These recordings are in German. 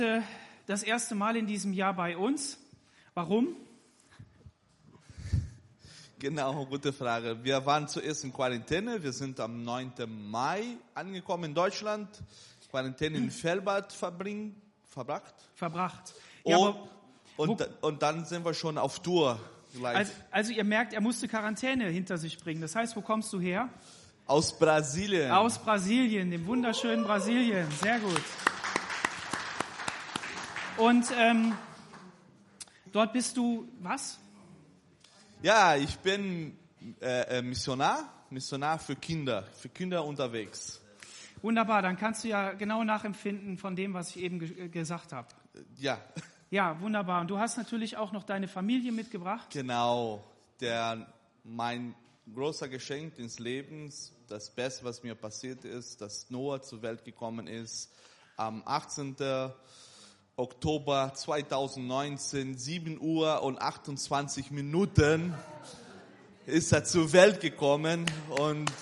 Das erste Mal in diesem Jahr bei uns. Warum? Genau, gute Frage. Wir waren zuerst in Quarantäne. Wir sind am 9. Mai angekommen in Deutschland. Quarantäne in Velbert verbracht. Ja, und dann sind wir schon auf Tour. Also ihr merkt, er musste Quarantäne hinter sich bringen. Das heißt, wo kommst du her? Aus Brasilien. Aus Brasilien, dem wunderschönen Brasilien. Sehr gut. Und dort bist du, was? Ja, ich bin Missionar für Kinder unterwegs. Wunderbar, dann kannst du ja genau nachempfinden von dem, was ich eben gesagt habe. Ja. Ja, wunderbar. Und du hast natürlich auch noch deine Familie mitgebracht. Genau, mein großer Geschenk ins Leben, das Beste, was mir passiert ist, dass Noah zur Welt gekommen ist, am 18. Oktober 2019, 7 Uhr und 28 Minuten ist er zur Welt gekommen und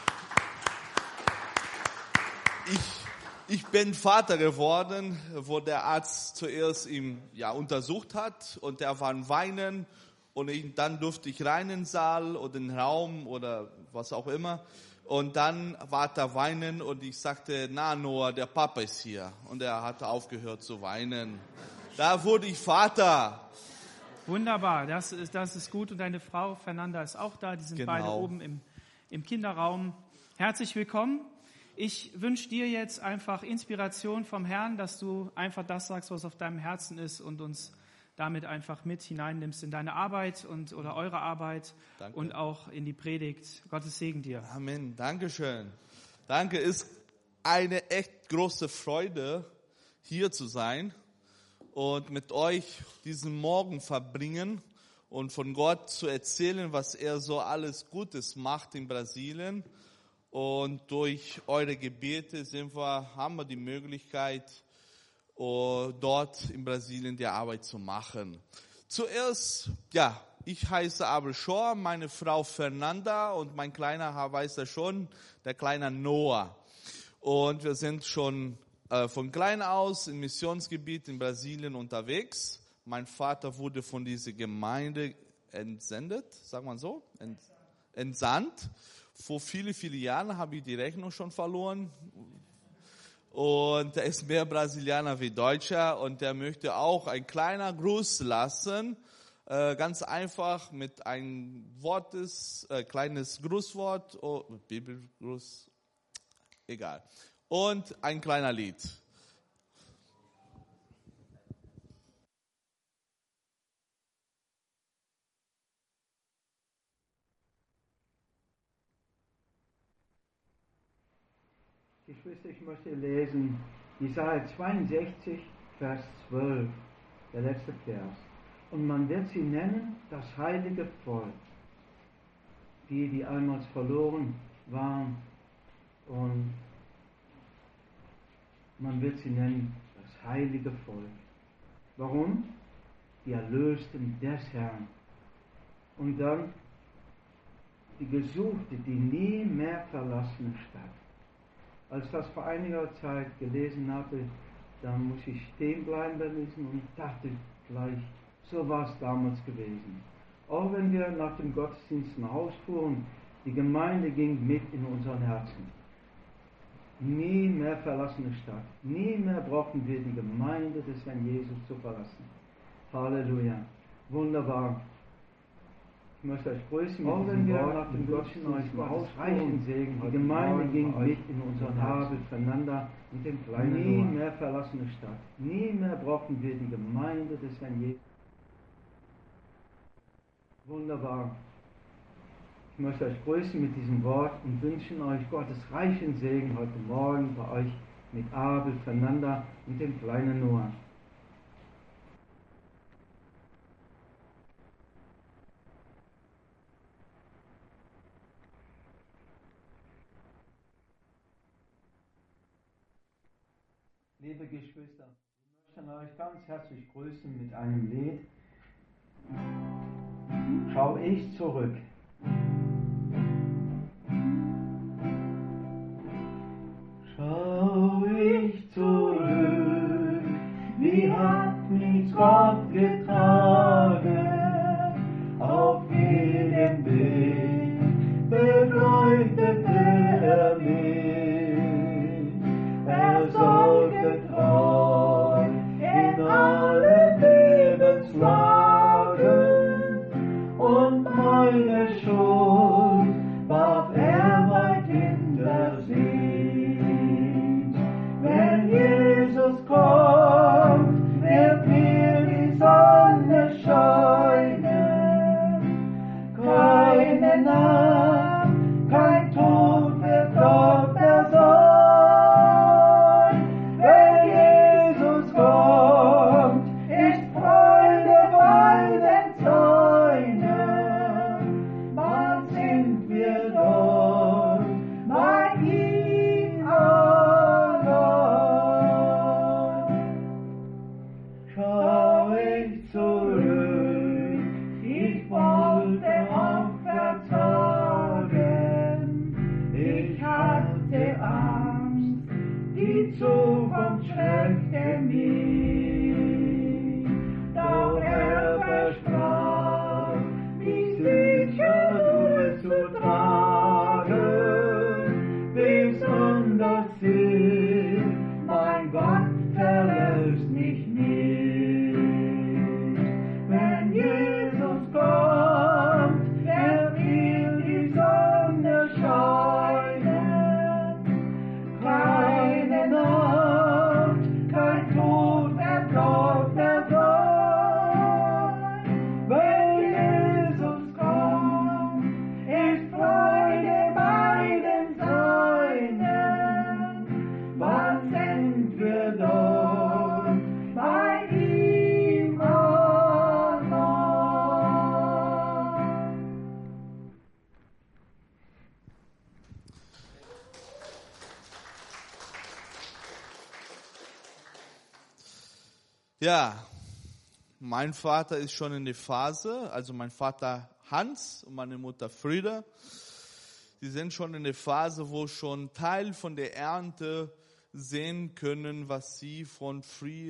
ich bin Vater geworden, wo der Arzt zuerst ihn untersucht hat und er war am Weinen und dann durfte ich rein in den Saal oder in den Raum oder was auch immer. Und dann war er weinen und ich sagte, na Noah, der Papa ist hier. Und er hat aufgehört zu weinen. Da wurde ich Vater. Wunderbar, das ist gut. Und deine Frau Fernanda ist auch da. Die sind beide oben im Kinderraum. Herzlich willkommen. Ich wünsche dir jetzt einfach Inspiration vom Herrn, dass du einfach das sagst, was auf deinem Herzen ist und uns damit einfach mit hineinnimmst in deine Arbeit oder eure Arbeit. Danke. Und auch in die Predigt. Gottes Segen dir. Amen. Dankeschön. Danke. Ist eine echt große Freude, hier zu sein und mit euch diesen Morgen verbringen und von Gott zu erzählen, was er so alles Gutes macht in Brasilien. Und durch eure Gebete haben wir die Möglichkeit, dort in Brasilien die Arbeit zu machen. Zuerst, ich heiße Abel Schor, meine Frau Fernanda und mein kleiner weiß er schon, der kleine Noah. Und wir sind schon von klein aus im Missionsgebiet in Brasilien unterwegs. Mein Vater wurde von dieser Gemeinde entsendet, sagt man so, entsandt. Vor viele Jahren habe ich die Rechnung schon verloren. Und er ist mehr Brasilianer wie Deutscher und er möchte auch ein kleiner Gruß lassen, ganz einfach mit einem kleines Grußwort, Bibelgruß, egal, und ein kleiner Lied. Geschwister, ich möchte lesen Jesaja 62, Vers 12, der letzte Vers. Und man wird sie nennen, das heilige Volk, die einmal verloren waren. Und man wird sie nennen, das heilige Volk. Warum? Die Erlösten des Herrn. Und dann die Gesuchte, die nie mehr verlassene Stadt. Als ich das vor einiger Zeit gelesen hatte, dann muss ich stehen bleiben bei diesem und dachte gleich, so war es damals gewesen. Auch wenn wir nach dem Gottesdienst nach Hause fuhren, die Gemeinde ging mit in unseren Herzen. Nie mehr verlassene Stadt. Nie mehr brauchten wir die Gemeinde des Herrn Jesus zu verlassen. Halleluja. Wunderbar. Ich möchte euch grüßen mit diesem Wort nach dem Gottesdienst Gottes reichen Segen. Die Gemeinde ging mit in unseren Herzen, voneinander und dem kleinen Nie mehr verlassene Stadt. Nie mehr brauchten wir die Gemeinde des Herrn Jesus. Wunderbar. Ich möchte euch grüßen mit diesem Wort und wünschen euch Gottes reichen Segen heute Morgen bei euch mit Abel, Fernanda und dem kleinen Noah. Liebe Geschwister, wir möchten euch ganz herzlich grüßen mit einem Lied. Schau ich zurück. Schau ich zurück wie hat mich Gott getragen, auf jedem Weg beleuchtete er mich, er sorgte treu in allen Lebenslagen und meine Schuld warf er weit hinter sich. Wenn Jesus kommt, wird mir die Sonne scheinen, keine Nacht, kein Tod wird dort mehr sein. Wenn Jesus kommt, ist Freude bei den Seinen. Wann sind wir dort bei ihm allein? Schau ich zurück, ich wollte aufwärts sagen, ich hatte Angst, die Zukunft schreckte mich, doch er versprach, mich sicher durchzutragen, bis an das Ziel, mein Gott verlässt mich nicht. Wenn Jesus kommt, wird ihm die Sonne scheinen, keine Nacht, kein Tod wird dort mehr sein. Wenn Jesus kommt, ist Freude bei den Seinen. Wann sind wir dort bei ihm allein? Ja, mein Vater ist schon in der Phase, also mein Vater Hans und meine Mutter Frieda, die sind schon in der Phase, wo schon Teil von der Ernte sehen können, was sie von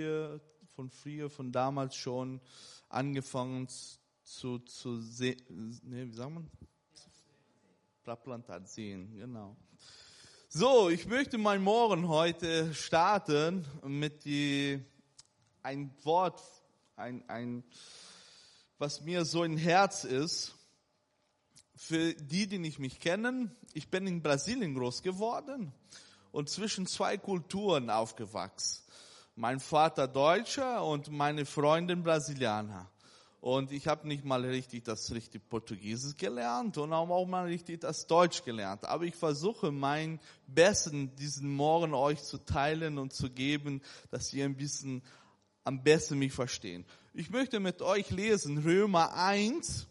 damals schon angefangen zu sehen, wie sagt man? Plantat sehen, genau. So, ich möchte meinen Morgen heute starten mit ein Wort, was mir so ein Herz ist. Für die nicht mich kennen, ich bin in Brasilien groß geworden und zwischen zwei Kulturen aufgewachsen. Mein Vater Deutscher und meine Freundin Brasilianer. Und ich habe nicht mal richtig Portugiesisch gelernt und auch mal richtig das Deutsch gelernt. Aber ich versuche mein Besten diesen Morgen euch zu teilen und zu geben, dass ihr ein bisschen am besten mich verstehen. Ich möchte mit euch lesen Römer 1,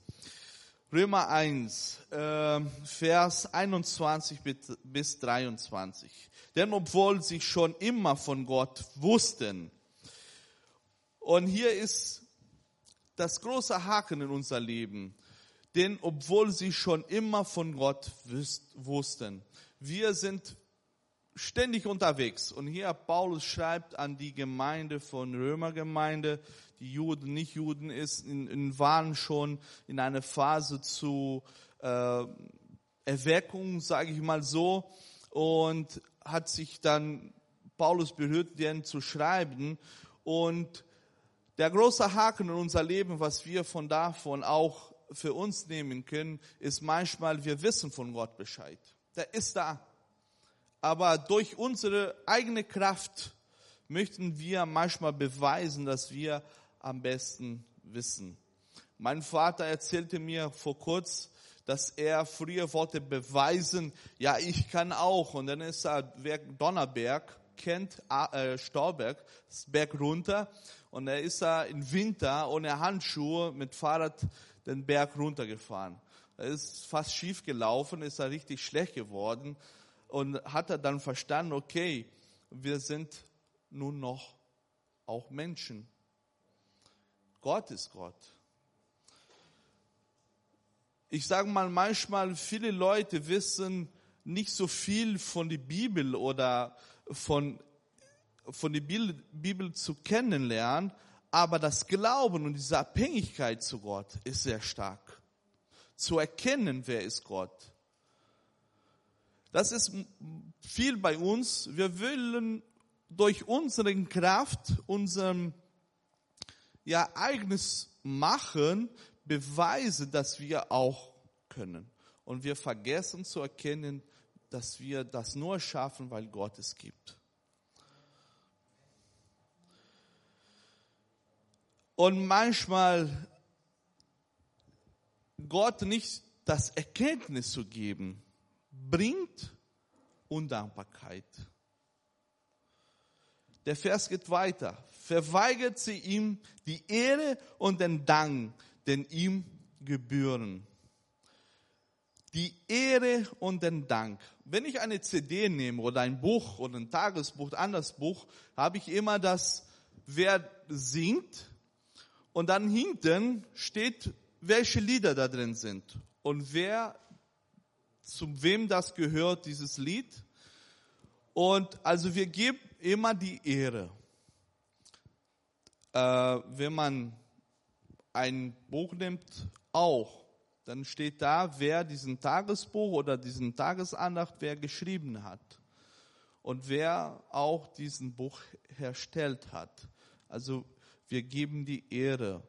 Vers 21 bis 23. Denn obwohl sie schon immer von Gott wussten, und hier ist das große Haken in unser Leben, denn obwohl sie schon immer von Gott wussten, wir sind ständig unterwegs. Und hier Paulus schreibt an die Gemeinde von Römergemeinde, die Juden, nicht Juden waren schon in einer Phase zu Erweckung, sage ich mal so, und hat sich dann Paulus berührt, denen zu schreiben. Und der große Haken in unser Leben, was wir von davon auch für uns nehmen können, ist manchmal, wir wissen von Gott Bescheid. Der ist da. Aber durch unsere eigene Kraft möchten wir manchmal beweisen, dass wir am besten wissen. Mein Vater erzählte mir vor kurzem, dass er früher wollte beweisen, ja, ich kann auch. Und dann ist er Donnerberg, kennt Stauberg, das Berg runter. Und da ist er im Winter ohne Handschuhe mit Fahrrad den Berg runtergefahren. Er ist fast schief gelaufen, ist er richtig schlecht geworden. Und hat er dann verstanden, okay, wir sind nun noch auch Menschen. Gott ist Gott. Ich sage mal, manchmal viele Leute wissen nicht so viel von der Bibel oder von von der Bibel zu kennenlernen, aber das Glauben und diese Abhängigkeit zu Gott ist sehr stark. Zu erkennen, wer ist Gott. Das ist viel bei uns. Wir wollen durch unsere Kraft, unserem eigenes Machen beweisen, dass wir auch können. Und wir vergessen zu erkennen, dass wir das nur schaffen, weil Gott es gibt. Und manchmal Gott nicht das Erkenntnis zu geben, bringt Undankbarkeit. Der Vers geht weiter. Verweigert sie ihm die Ehre und den Dank, den ihm gebühren. Die Ehre und den Dank. Wenn ich eine CD nehme oder ein Buch oder ein Tagesbuch, ein anderes Buch, habe ich immer das, wer singt. Und dann hinten steht, welche Lieder da drin sind. Und zu wem das gehört, dieses Lied. Und also wir geben immer die Ehre. Wenn man ein Buch nimmt, auch, dann steht da, wer diesen Tagesbuch oder diesen Tagesandacht, wer geschrieben hat. Und wer auch diesen Buch herstellt hat. Also wir geben die Ehre.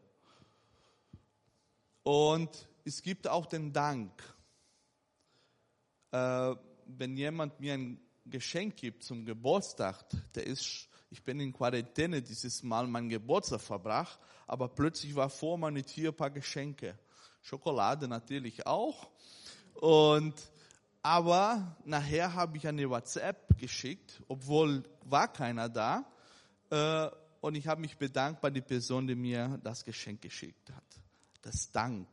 Und es gibt auch den Dank. Wenn jemand mir ein Geschenk gibt zum Geburtstag, ich bin in Quarantäne dieses Mal mein Geburtstag verbracht, aber plötzlich war vor meiner Tür ein paar Geschenke. Schokolade natürlich auch. Aber nachher habe ich eine WhatsApp geschickt, obwohl war keiner da. Und ich habe mich bedankt bei der Person, die mir das Geschenk geschickt hat. Das Dank.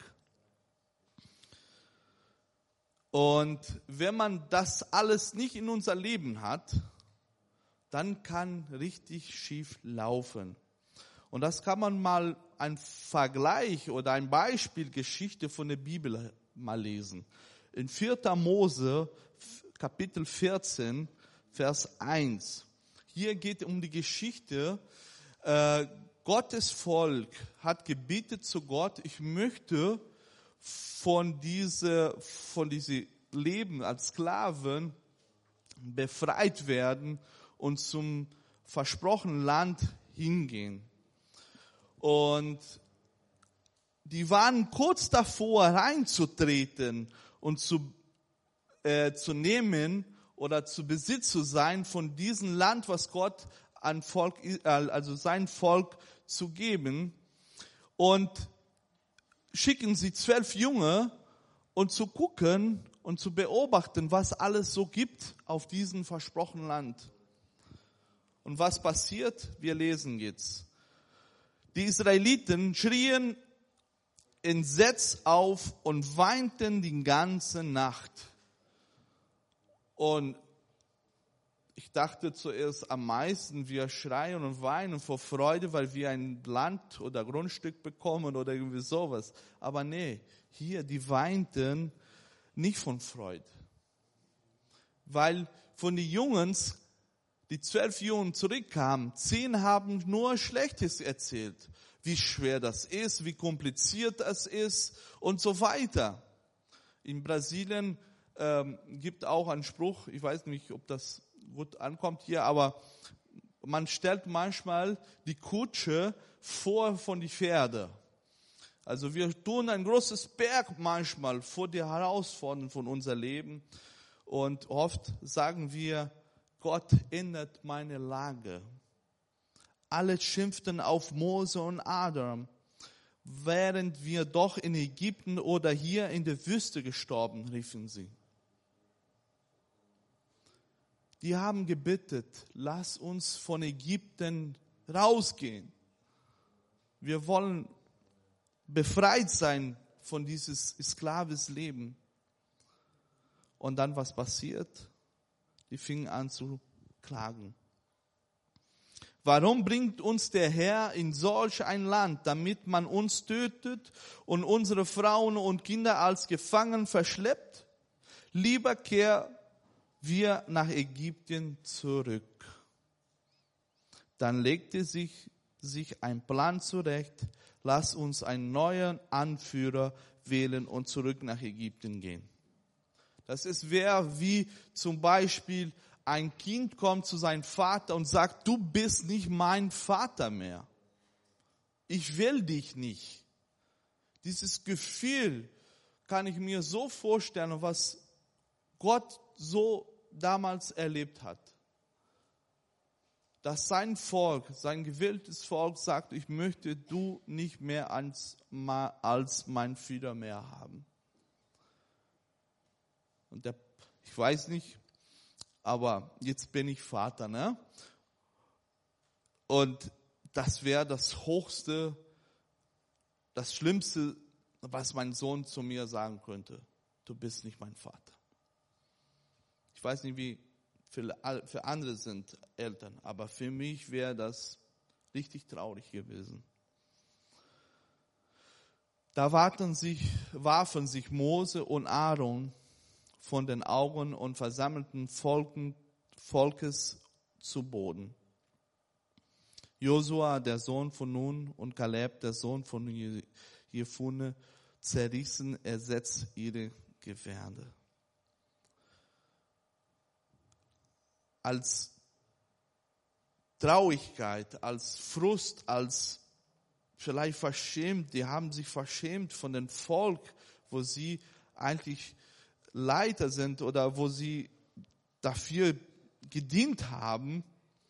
Und wenn man das alles nicht in unser Leben hat, dann kann richtig schief laufen. Und das kann man mal ein Vergleich oder ein Beispiel Geschichte von der Bibel mal lesen. In 4. Mose, Kapitel 14, Vers 1. Hier geht es um die Geschichte, Gottes Volk hat gebetet zu Gott, ich möchte von diesem Leben als Sklaven befreit werden und zum versprochenen Land hingehen. Und die waren kurz davor reinzutreten und zu nehmen oder zu Besitz zu sein von diesem Land, was Gott an Volk, also sein Volk zu geben. Und schicken sie 12 Junge und zu gucken und zu beobachten, was alles so gibt auf diesem versprochenen Land. Und was passiert? Wir lesen jetzt. Die Israeliten schrien entsetzt auf und weinten die ganze Nacht. Und ich dachte zuerst am meisten, wir schreien und weinen vor Freude, weil wir ein Land oder Grundstück bekommen oder irgendwie sowas. Aber nee, hier, die weinten nicht von Freude. Weil von den Jungs, die 12 Jungen zurückkamen, 10 haben nur Schlechtes erzählt. Wie schwer das ist, wie kompliziert das ist und so weiter. In Brasilien gibt auch einen Spruch, ich weiß nicht, ob das gut ankommt hier, aber man stellt manchmal die Kutsche vor von die Pferde. Also wir tun ein großes Berg manchmal vor die Herausforderungen von unser Leben und oft sagen wir, Gott ändert meine Lage. Alle schimpften auf Mose und Adam, während wir doch in Ägypten oder hier in der Wüste gestorben, riefen sie. Die haben gebeten, lass uns von Ägypten rausgehen. Wir wollen befreit sein von dieses sklaves Leben. Und dann was passiert? Die fingen an zu klagen. Warum bringt uns der Herr in solch ein Land, damit man uns tötet und unsere Frauen und Kinder als Gefangen verschleppt? Lieber kehren wir nach Ägypten zurück. Dann legte sich ein Plan zurecht. Lass uns einen neuen Anführer wählen und zurück nach Ägypten gehen. Das wäre wie zum Beispiel ein Kind kommt zu seinem Vater und sagt, du bist nicht mein Vater mehr. Ich will dich nicht. Dieses Gefühl kann ich mir so vorstellen, was Gott so damals erlebt hat. Dass sein Volk, sein gewähltes Volk sagt, ich möchte du nicht mehr als mein Führer mehr haben. Und ich weiß nicht, aber jetzt bin ich Vater, ne? Und das wäre das Hochste, das Schlimmste, was mein Sohn zu mir sagen könnte. Du bist nicht mein Vater. Ich weiß nicht, wie für andere sind Eltern, aber für mich wäre das richtig traurig gewesen. Da warfen sich Mose und Aaron von den Augen und versammelten Volkes zu Boden. Josua, der Sohn von Nun, und Kaleb, der Sohn von Jefune, zerrissen ersetzt ihre Gewärme. Als Traurigkeit, als Frust, als vielleicht verschämt, die haben sich verschämt von dem Volk, wo sie eigentlich Leiter sind oder wo sie dafür gedient haben,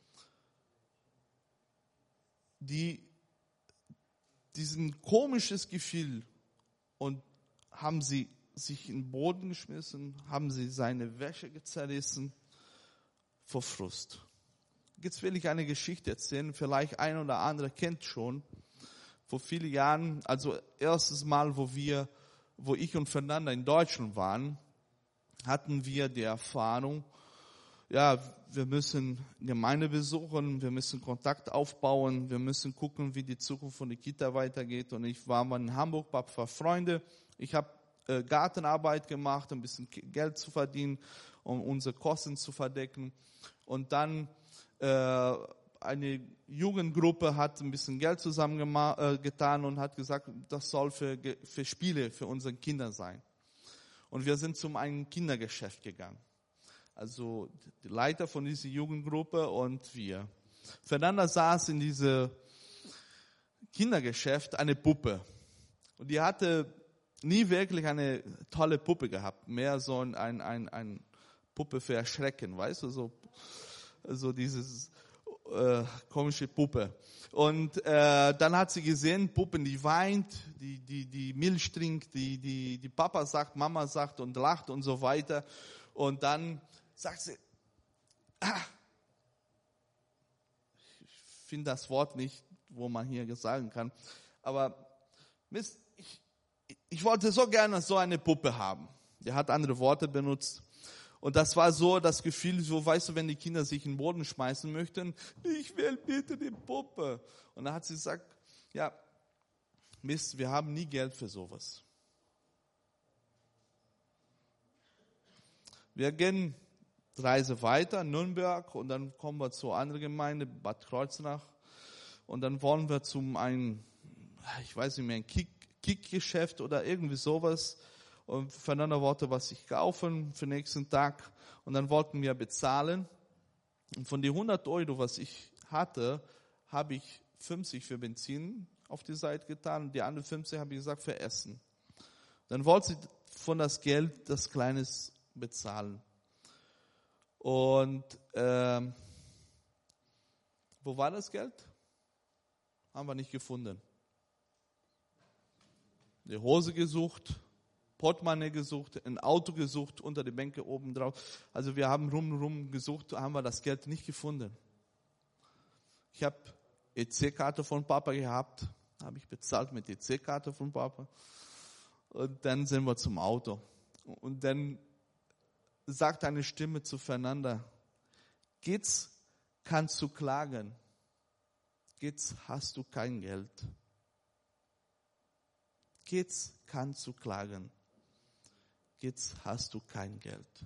diesen komisches Gefühl, und haben sie sich in den Boden geschmissen, haben sie seine Wäsche zerrissen vor Frust. Jetzt will ich eine Geschichte erzählen, vielleicht ein oder andere kennt schon. Vor vielen Jahren, also erstes Mal, wo ich und Fernanda in Deutschland waren, hatten wir die Erfahrung, ja, wir müssen Gemeinde besuchen, wir müssen Kontakt aufbauen, wir müssen gucken, wie die Zukunft von der Kita weitergeht. Und ich war mal in Hamburg, ein paar Freunde. Ich habe Gartenarbeit gemacht, ein bisschen Geld zu verdienen, um unsere Kosten zu verdecken. Und dann eine Jugendgruppe hat ein bisschen Geld zusammengetan und hat gesagt, das soll für Spiele für unsere Kinder sein. Und wir sind zum einem Kindergeschäft gegangen. Also die Leiter von dieser Jugendgruppe und wir. Fernanda saß in diesem Kindergeschäft eine Puppe. Und die hatte nie wirklich eine tolle Puppe gehabt. Mehr so ein Puppe für Erschrecken, weißt du, so dieses komische Puppe. Und dann hat sie gesehen, Puppen, die weint, die Milch trinkt, die Papa sagt, Mama sagt und lacht und so weiter. Und dann sagt sie, ich finde das Wort nicht, wo man hier sagen kann, aber Mist, ich wollte so gerne so eine Puppe haben. Die hat andere Worte benutzt. Und das war so das Gefühl, so weißt du, wenn die Kinder sich in den Boden schmeißen möchten, ich will bitte die Puppe. Und dann hat sie gesagt, ja, Mist, wir haben nie Geld für sowas. Wir gehen Reise weiter, Nürnberg, und dann kommen wir zur anderen Gemeinde, Bad Kreuznach. Und dann wollen wir ein Kickgeschäft oder irgendwie sowas. Und Fernanda wollte was sich kaufen für den nächsten Tag. Und dann wollten wir bezahlen. Und von den 100 Euro, was ich hatte, habe ich 50 für Benzin auf die Seite getan. Und die anderen 50 habe ich gesagt für Essen. Dann wollte sie von das Geld das Kleines bezahlen. Und wo war das Geld? Haben wir nicht gefunden. Die Hose gesucht, Portemonnaie gesucht, ein Auto gesucht, unter die Bänke oben drauf. Also wir haben rum gesucht, haben wir das Geld nicht gefunden. Ich habe EC-Karte von Papa gehabt, habe ich bezahlt mit EC-Karte von Papa. Und dann sind wir zum Auto. Und dann sagt eine Stimme zu Fernanda, geht's, kannst du klagen? Geht's, hast du kein Geld? Geht's, kannst du klagen? Geht's, hast du kein Geld?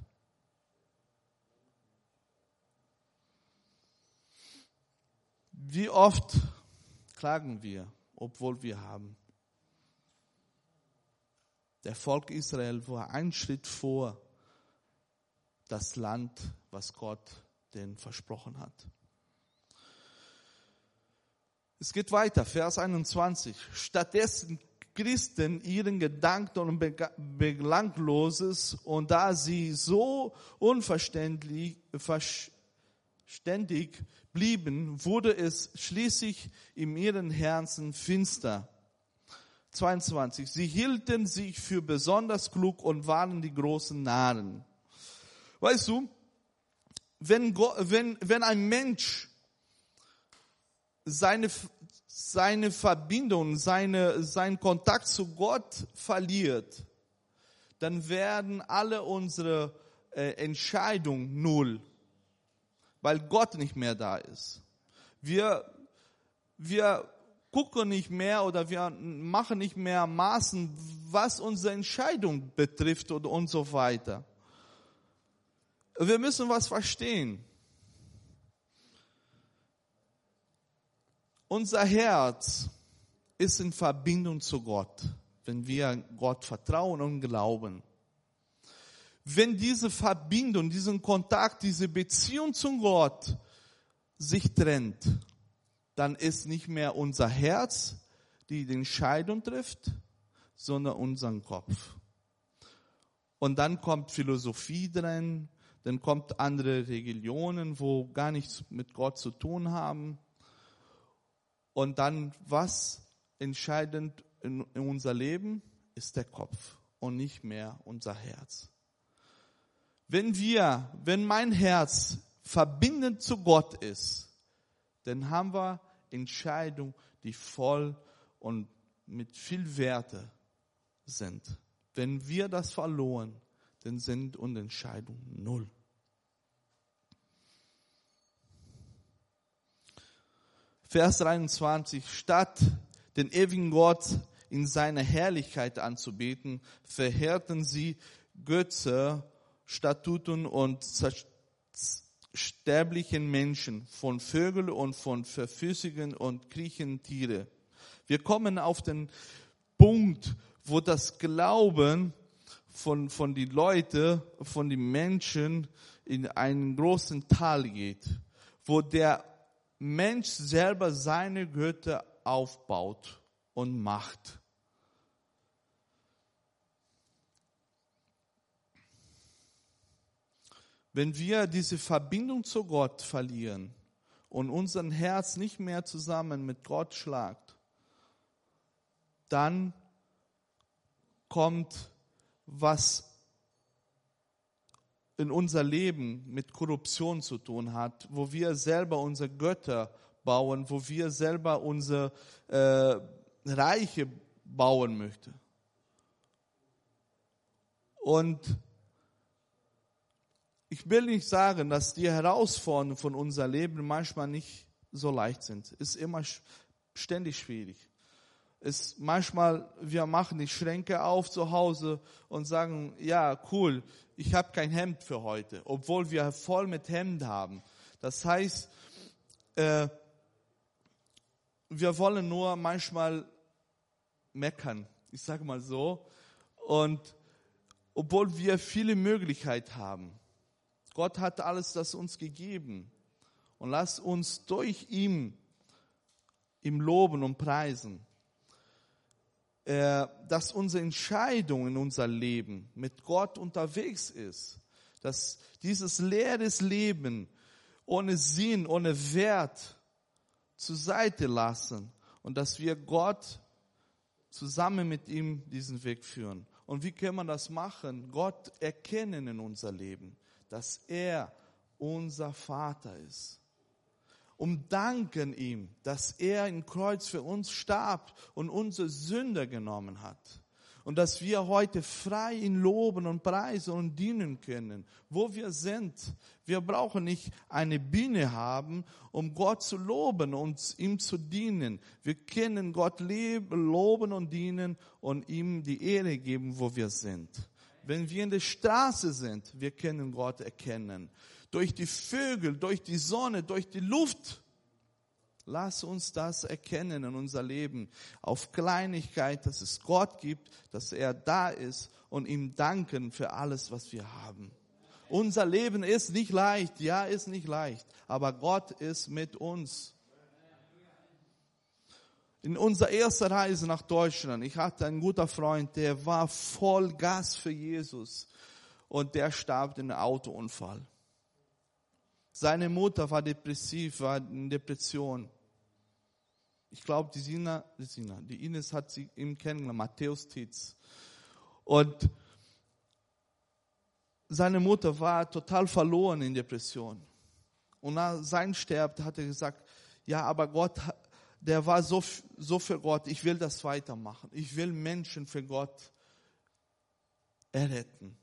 Wie oft klagen wir, obwohl wir haben? Der Volk Israel war einen Schritt vor das Land, was Gott denen versprochen hat. Es geht weiter, Vers 21. Stattdessen Christen ihren Gedanken und Belangloses, und da sie so unverständlich blieben, wurde es schließlich in ihren Herzen finster. 22. Sie hielten sich für besonders klug und waren die großen Narren. Weißt du, wenn ein Mensch seine Verbindung, seinen Kontakt zu Gott verliert, dann werden alle unsere Entscheidungen null, weil Gott nicht mehr da ist. Wir gucken nicht mehr oder wir machen nicht mehr Maßen, was unsere Entscheidung betrifft und so weiter. Wir müssen was verstehen. Unser Herz ist in Verbindung zu Gott, wenn wir Gott vertrauen und glauben. Wenn diese Verbindung, diesen Kontakt, diese Beziehung zu Gott sich trennt, dann ist nicht mehr unser Herz, die Entscheidung trifft, sondern unser Kopf. Und dann kommt Philosophie drin, dann kommt andere Religionen, wo gar nichts mit Gott zu tun haben. Und dann, was entscheidend in unser Leben ist der Kopf und nicht mehr unser Herz. Wenn mein Herz verbindend zu Gott ist, dann haben wir Entscheidungen, die voll und mit viel Werte sind. Wenn wir das verloren, dann sind unsere Entscheidungen null. Vers 23, statt den ewigen Gott in seiner Herrlichkeit anzubeten, verehrten sie Götze, Statuen und sterblichen Menschen, von Vögeln und von verfüßigen und kriechenden Tiere. Wir kommen auf den Punkt, wo das Glauben von den Leuten, von den Menschen in einen großen Tal geht, wo der Mensch selber seine Götter aufbaut und macht. Wenn wir diese Verbindung zu Gott verlieren und unser Herz nicht mehr zusammen mit Gott schlagt, dann kommt was in unser Leben mit Korruption zu tun hat, wo wir selber unsere Götter bauen, wo wir selber unsere Reiche bauen möchten. Und ich will nicht sagen, dass die Herausforderungen von unserem Leben manchmal nicht so leicht sind. Es ist immer ständig schwierig. Manchmal, wir machen die Schränke auf zu Hause und sagen, ja, cool, ich habe kein Hemd für heute, obwohl wir voll mit Hemd haben. Das heißt, wir wollen nur manchmal meckern, ich sage mal so, und obwohl wir viele Möglichkeiten haben. Gott hat alles das uns gegeben und lasst uns durch ihm loben und preisen. Dass unsere Entscheidung in unser Leben mit Gott unterwegs ist, dass dieses leeres Leben ohne Sinn, ohne Wert zur Seite lassen und dass wir Gott zusammen mit ihm diesen Weg führen. Und wie kann man das machen? Gott erkennen in unser Leben, dass er unser Vater ist. Und danken ihm, dass er im Kreuz für uns starb und unsere Sünde genommen hat. Und dass wir heute frei ihn loben und preisen und dienen können, wo wir sind. Wir brauchen nicht eine Bühne haben, um Gott zu loben und ihm zu dienen. Wir können Gott loben und dienen und ihm die Ehre geben, wo wir sind. Wenn wir in der Straße sind, wir können Gott erkennen. Durch die Vögel, durch die Sonne, durch die Luft. Lass uns das erkennen in unser Leben. Auf Kleinigkeit, dass es Gott gibt, dass er da ist und ihm danken für alles, was wir haben. Unser Leben ist nicht leicht, ja, ist nicht leicht, aber Gott ist mit uns. In unserer ersten Reise nach Deutschland, ich hatte einen guten Freund, der war voll Gas für Jesus und der starb in einem Autounfall. Seine Mutter war depressiv, war in Depression. Ich glaube, die Ines hat sie ihm kennengelernt, Matthäus Tietz. Und seine Mutter war total verloren in Depression. Und nach seinem Sterben hat er gesagt, ja, aber Gott, der war so für Gott, ich will das weitermachen. Ich will Menschen für Gott erretten.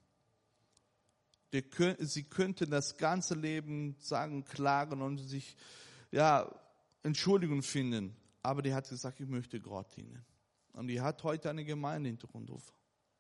Sie könnten das ganze Leben sagen, klagen und sich Entschuldigung finden. Aber die hat gesagt, ich möchte Gott dienen. Und die hat heute eine Gemeinde in Tuchendorf.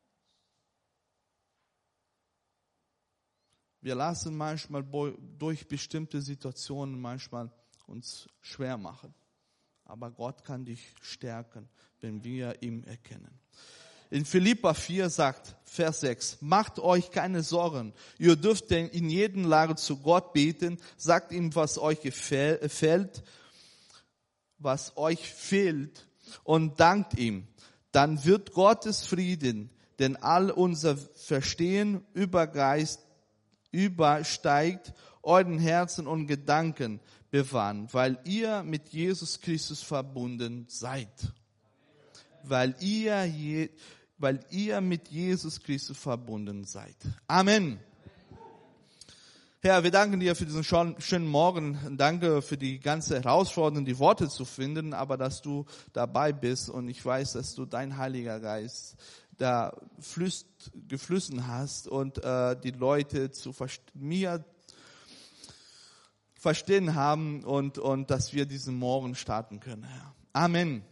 Wir lassen manchmal durch bestimmte Situationen uns schwer machen. Aber Gott kann dich stärken, wenn wir ihn erkennen. In Philipper 4 sagt, Vers 6, macht euch keine Sorgen. Ihr dürft denn in jedem Lage zu Gott beten, sagt ihm, was euch gefällt, was euch fehlt und dankt ihm. Dann wird Gottes Frieden, denn all unser Verstehen übersteigt, euren Herzen und Gedanken bewahren, weil ihr mit Jesus Christus verbunden seid. Weil ihr mit Jesus Christus verbunden seid. Amen. Herr, wir danken dir für diesen schönen Morgen. Danke für die ganze Herausforderung, die Worte zu finden, aber dass du dabei bist und ich weiß, dass du dein Heiliger Geist da geflüssen hast und die Leute mir verstehen haben und dass wir diesen Morgen starten können, Herr. Amen.